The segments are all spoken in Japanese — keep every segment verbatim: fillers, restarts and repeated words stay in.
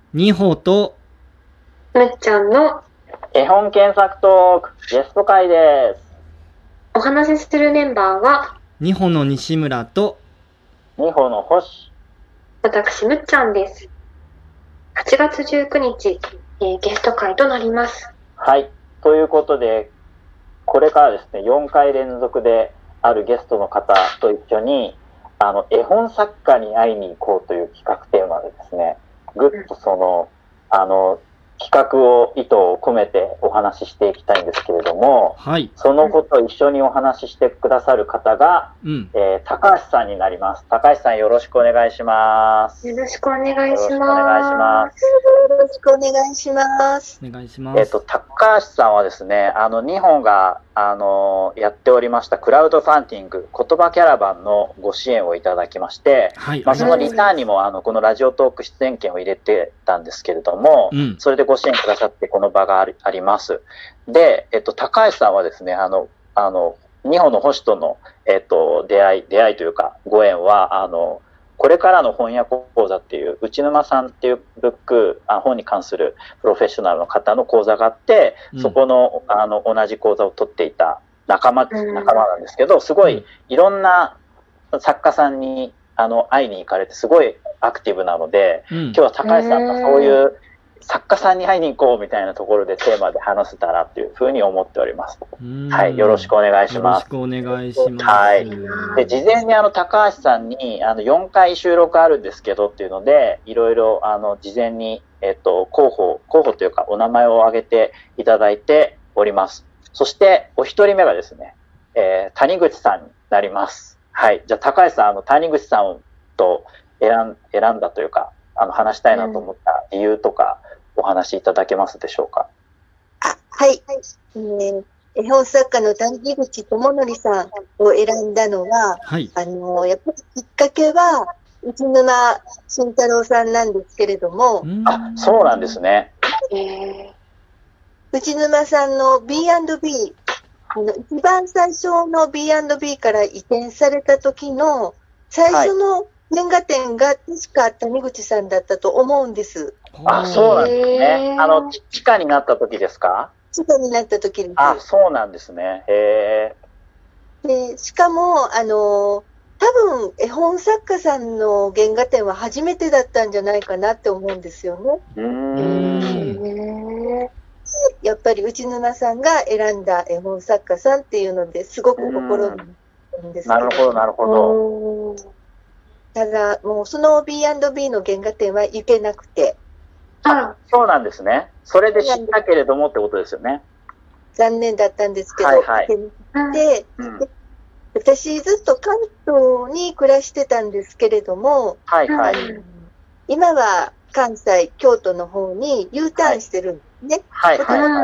にほとむっちゃんの絵本検索トークゲスト会です。 お話しするメンバーはにほの西村とにほの星、 私むっちゃんです。はちがつじゅうくにち、えー、ゲスト会となります。 はい、ということでこれからですねよんかい連続であるゲストの方と一緒にあの絵本作家に会いに行こうという企画テーマでですね、ぐっとその、うん、あの企画を意図を込めてお話ししていきたいんですけれども、 はい、 そのことを一緒にお話ししてくださる方が、 うんえー、高橋さんになります。高橋さんよろしくお願いします。 よろしくお願いします。 よろしくお願いします。 よろしくお願いします。 お願いします。 えっと高橋さんはですね、あのにほんがあのやっておりましたクラウドファンディング言葉キャラバンのご支援をいただきまして、 はい、 まあ、そのリターンにもあのこのラジオトーク出演権を入れてたんですけれども、 うん、 それでご支援くださってこの場があり、あります。で、えっと、高橋さんはですね、あの、あの、にほの星との、えっと、出会い、出会いというか、ご縁は、あの、これからの翻訳講座っていう、内沼さんっていうブック、あ本に関するプロフェッショナルの方の講座があって、うん、そこの、あの、同じ講座を取っていた仲間、仲間なんですけど、すごい、いろんな作家さんに、あの、会いに行かれて、すごいアクティブなので、うん、今日は高橋さんがそういう、作家さんに会いに行こうみたいなところでテーマで話せたらっていうふうに思っております。はい、よろしくお願いします。 よろしくお願いします。 はい。で、事前にあの高橋さんにあのよんかい収録あるんですけどっていうので、いろいろあの事前にえっと候補候補というかお名前を挙げていただいております。そしてお一人目がですね、えー、谷口さんになります。はい。じゃあ高橋さんあの谷口さんと選ん選んだというかあの話したいなと思った理由とか。うんお話しいただけますでしょうか。 あ、はい。えー、絵本作家の谷口智則さんを選んだのは、 はい、 あのやっぱりきっかけは内沼慎太郎さんなんですけれども、 あ、そうなんですね。 えー、内沼さんの ビーアンドビー、あの一番最初の ビーアンドビー から移転された時の最初の原画展が確か谷口さんだったと思うんです。 あ、そうなんですね。あの、地下になった時ですか？ 地下になった時です。 あ、そうなんですね。へー。で、しかも、あの、多分、絵本作家さんの原画展は初めてだったんじゃないかなって思うんですよね。 うーん。 やっぱり内沼さんが選んだ絵本作家さんっていうのですごく心にいいんですけど。 なるほど、なるほど。 ただ、もうその ビーアンドビー の原画展は行けなくて。 あ、そうなんですね。それで知ったけれどもってことですよね。 残念だったんですけど、 はいはい、 で、うん、私ずっと関東に暮らしてたんですけれども、 はいはい、 今は関西、京都の方に U ターンしてるんですね。 はいはいはい、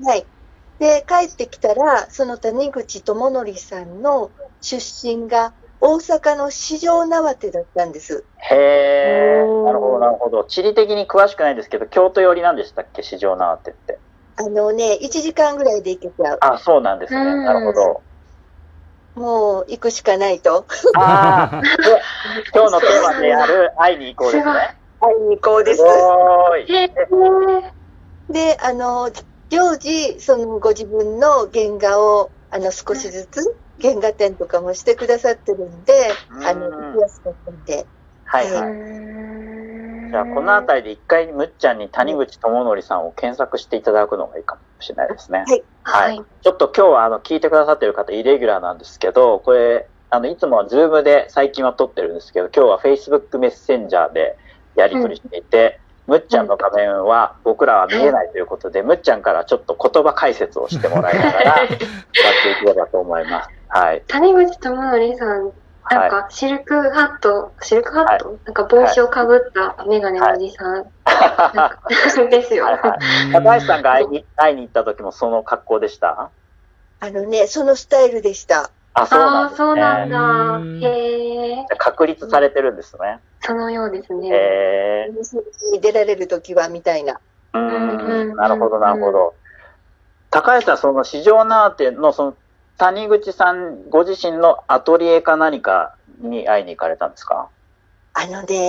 はい。で、帰ってきたら、その谷口智則さんの出身が大阪の四条畷だったんです。 へー、なるほどなるほど。地理的に詳しくないんですけど、京都寄りなんでしたっけ、四条畷って。 あのね、いちじかんぐらいで行けちゃう。 あ、そうなんですね。なるほど。 もう行くしかないと。 ああ、今日のテーマである会いに行こうですね。 会いに行こうです。 すごい。 で、あの、常時、そのご自分の原画を、あの、少しずつ、原画展とかもしてくださってるんで、あの、行きやすかったんで。 はいはい。じゃあ、このあたりで一回、むっちゃんに谷口智則さんを検索していただくのがいいかもしれないですね。 はい。 はい。ちょっと今日は、あの、聞いてくださってる方、イレギュラーなんですけど、これ、あの、いつもはズームで最近は撮ってるんですけど、今日は Facebook メッセンジャーでやり取りしていて、うん、むっちゃんの画面は僕らは見えないということで、むっちゃんからちょっと言葉解説をしてもらいながら、やっていければと思います。はい。 谷口智則さん、なんかシルクハット、シルクハット、はい、なんか帽子をかぶったメガネのおじさん、はい、ですよ。はいはい、 高橋さんが会いに、会いに行った時もその格好でした？ あのね、そのスタイルでした。 あ、そうなんですね。 そうなんだ。へえ。 確立されてるんですね。 そのようですね。 へえ。 に出られる時はみたいな。 うん、なるほどなるほど。高橋さん、その四条畷のその谷口さんご自身のアトリエか何かに会いに行かれたんですか？ あのね、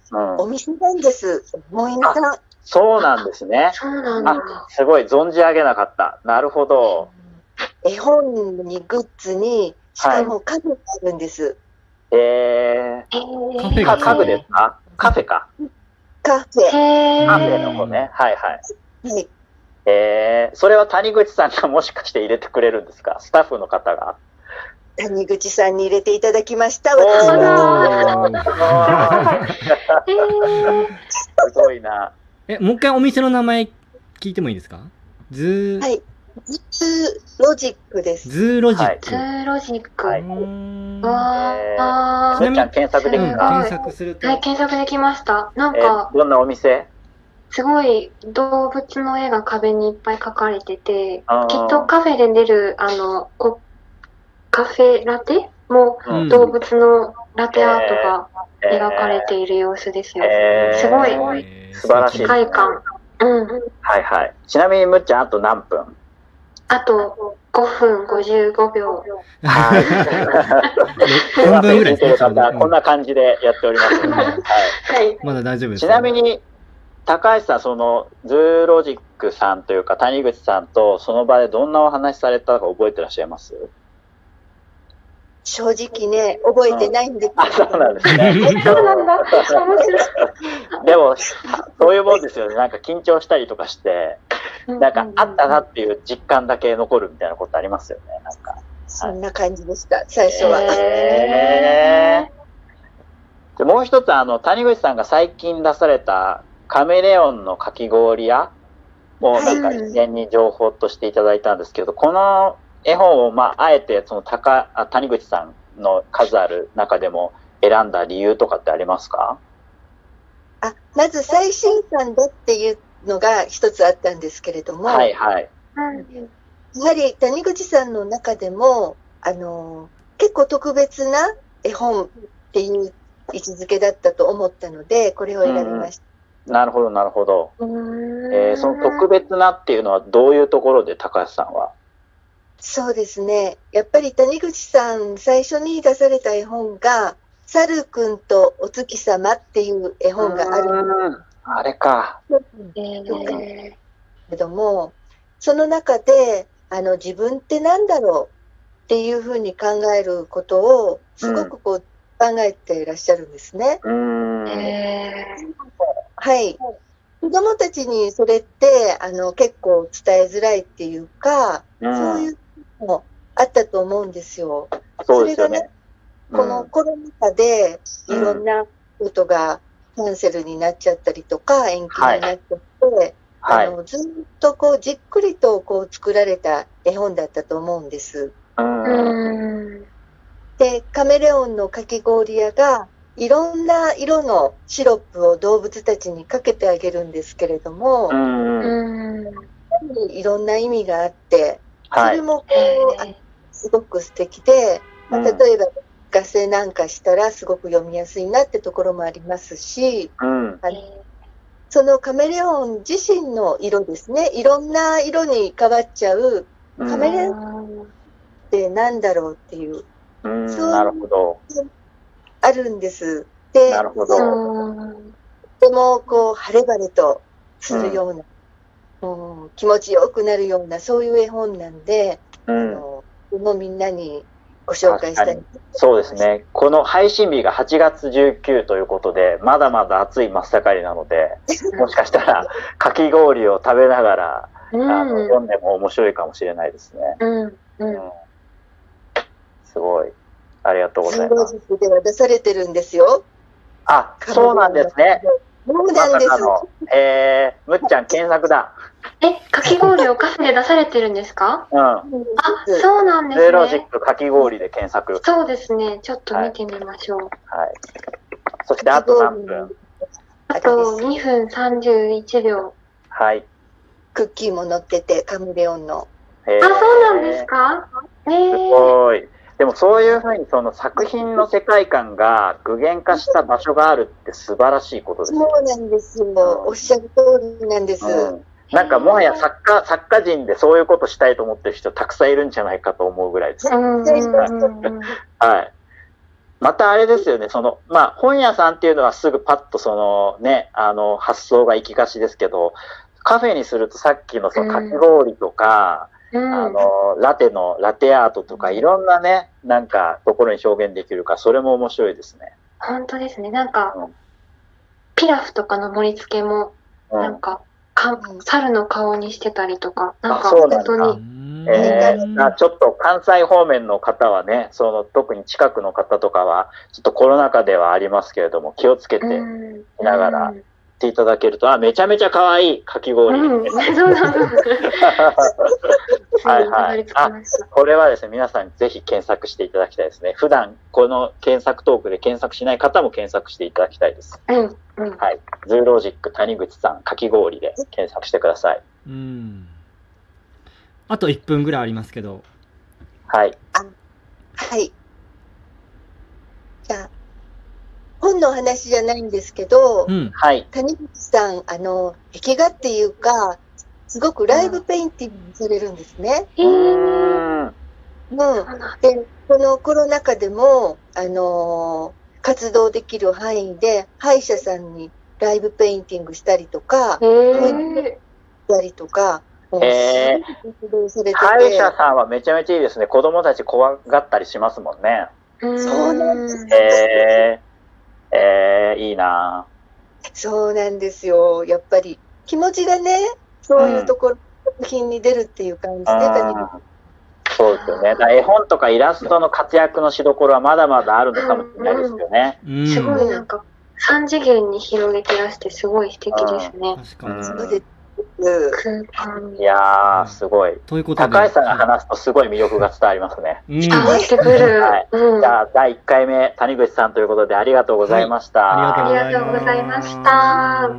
うんお店なんです。本屋さん。 そうなんですね。 そうなんだ。 あ、すごい、存じ上げなかった。なるほど。 絵本にグッズに、しかもカフェがあるんです。 えへー、 カフェがか家具ですか？カフェか。 カフェ。 へーカフェの方ね。はいはい。 はい。 えー、それは谷口さんがもしかして入れてくれるんですか？スタッフの方が。 谷口さんに入れていただきました。 お私ーが。 へーすごいな。 え、もう一回お店の名前聞いてもいいですか？ズー、 はい。ズーロジックです。 ズーロジック。 ズーロジック。 はいうーんわえー、 あむっちゃん検索できうん、 た？ 検索すると。 はい、検索できました。なんえかー、、どんなお店？ すごい動物の絵が壁にいっぱい描かれてて、 あーきっとカフェで出る、あの、こカフェラテもうん動物のラテアートが描かれている様子ですよ。 えーすごいえー素晴らしい世界観。うん。 はいはい。ちなみにむっちゃんあと何分？ あとごふんごじゅうごびょう。 はい。 半分ぐらいですね聞いてる方こんな感じでやっておりますので、ははい。 まだ大丈夫でい。 す。 ちなみに、高橋さん、その、ズーロジックさんというか、谷口さんとその場でどんなお話されたか覚えてらっしゃいます？ 正直ね、覚えてないんですけど。 あ、そうなんですね。 そうなんだ。面白い。 でも、そういうもんですよね。なんか緊張したりとかして、なんかあったなっていう実感だけ残るみたいなことありますよね。なんか。 そんな感じでした、最初は。 へーでもう一つ、あの、谷口さんが最近出されたカメレオンのかき氷屋もなんか事前に情報としていただいたんですけど、この絵本を、まあ、あえてその高あ谷口さんの数ある中でも選んだ理由とかってありますか？ あ、まず最新刊だっていうのが一つあったんですけれども、 はいはい。 やはり谷口さんの中でも、あの、結構特別な絵本っていう位置づけだったと思ったので、これを選びました。 なるほどなるほど。 うんえー、その特別なっていうのはどういうところで高橋さんは？ そうですね。やっぱり谷口さん最初に出された絵本が、サルくんとお月様っていう絵本があるんうんあれか。 えーですけども、その中で、あの、自分って何だろうっていうふうに考えることを、すごくこう、考えていらっしゃるんですね。 うーん。 えはい。子供たちにそれって、あの、結構伝えづらいっていうか、 うんそういうのもあったと思うんですよ。 そうですよね。 それがね、このコロナ禍で、いろんなことがキャンセルになっちゃったりとか、延期になっちゃって、 はい。 あのずっとこうじっくりとこう作られた絵本だったと思うんです。 うんーうんで、カメレオンのかき氷屋がいろんな色のシロップを動物たちにかけてあげるんですけれども、 うんうんいろんな意味があって、そはい。 れもこえう、あすごく素敵で、まあうん例えば画声なんかしたらすごく読みやすいなってところもありますし、 うん。 あのそのカメレオン自身の色ですね、いろんな色に変わっちゃうカメレオンってなんだろうっていう、 うん。 そうなるほど。 あるんです。で、 なるほどうんとてもこう晴れ晴れとするような、うん気持ちよくなるようなそういう絵本なんで、 うん。 あのもうみんなにご紹介したい。 そうですね。この配信日がはちがつじゅうくにちということで、まだまだ暑い真っ盛りなので、もしかしたらかき氷を食べながら、あの読んでも面白いかもしれないですね。 うんううんん。すごい。ありがとうごズーロざいます。 ジックでは出されてるんですよ。 あ、そうなんですね。 そうまなんです。 さかの、えー、むっちゃん検索だ。 え、かき氷をカフェで出されてるんですか？ うん。 あ、そうなんでゼすね。 ロジックかき氷で検索。 そうですね。ちょっと見てみましょう。 はい。そしてあと何分？ あとにふんさんじゅういちびょう。 はい。 クッキーも載ってて、カメレオンの。 えーあ、そうなんですか？えすー、 ごい。でもそういうふうにその作品の世界観が具現化した場所があるって素晴らしいことですそよ。 うなんですよ。おっしゃる通りなんです。 うん、なんかもはや作家、作家人でそういうことしたいと思ってる人たくさんいるんじゃないかと思うぐらいです。 うんうんうんうん。 はい。 またあれですよね、その、まあ、本屋さんっていうのはすぐパッとそのね、あの、発想が行きがちですけど、カフェにするとさっきのそのかき氷とか、 うん、 あの、ラテの、ラテアートとか、いろんなね、なんか、ところに表現できるから、それも面白いですね。 本当ですね。なんか、 うんピラフとかの盛り付けも、 うんなんか、か猿の顔にしてたりとか、なんか、 あそうなんだ本当うに、 んえーあちょっと関西方面の方はね、その特に近くの方とかは、ちょっとコロナ禍ではありますけれども、気をつけてうん、 見ながらうんっていただけると、あ、めちゃめちゃ可愛いかき氷。 うん、そうなんです。ついにたどり着きました。 これはですね、皆さんぜひ検索していただきたいですね。普段この検索トークで検索しない方も検索していただきたいです。 うん、うん。 はい。ズーロージック谷口さんかき氷で検索してください。 うん。あといっぷんぐらいありますけど。 はい。 はい。じゃあ、本の話じゃないんですけど、 うん。 はい。 谷口さん、あの、壁画っていうか、すごくライブペインティングされるんですね。 えうー、 ーん。 うん。 そうなんで、このコロナ禍でも、あのー活動できる範囲で、歯医者さんにライブペインティングしたりとか、 えー、 したりとか、もうえーすごく活動されてて、 歯医者さんはめちゃめちゃいいですね。子供たち怖がったりしますもんね。 そうなんですえー、えー、いいなそうなんですよ。やっぱり気持ちがね、そういうところ、作品に出るっていう感じで、谷口うんそうですよね。だから絵本とかイラストの活躍のしどころはまだまだあるのかもしれないですよね。 うん。 すごいなんか、三次元に広げてらしてすごい素敵ですね。 確かに。 そうです。 空間に。 いやー、すごい。 ということで。 高橋さんが話すとすごい魅力が伝わりますね。 うん。 伝わってくる。 はいうん。 じゃあ、だいいっかいめ、谷口さんということでありがとうございました。 ありがとうございます。 ありがとうございました。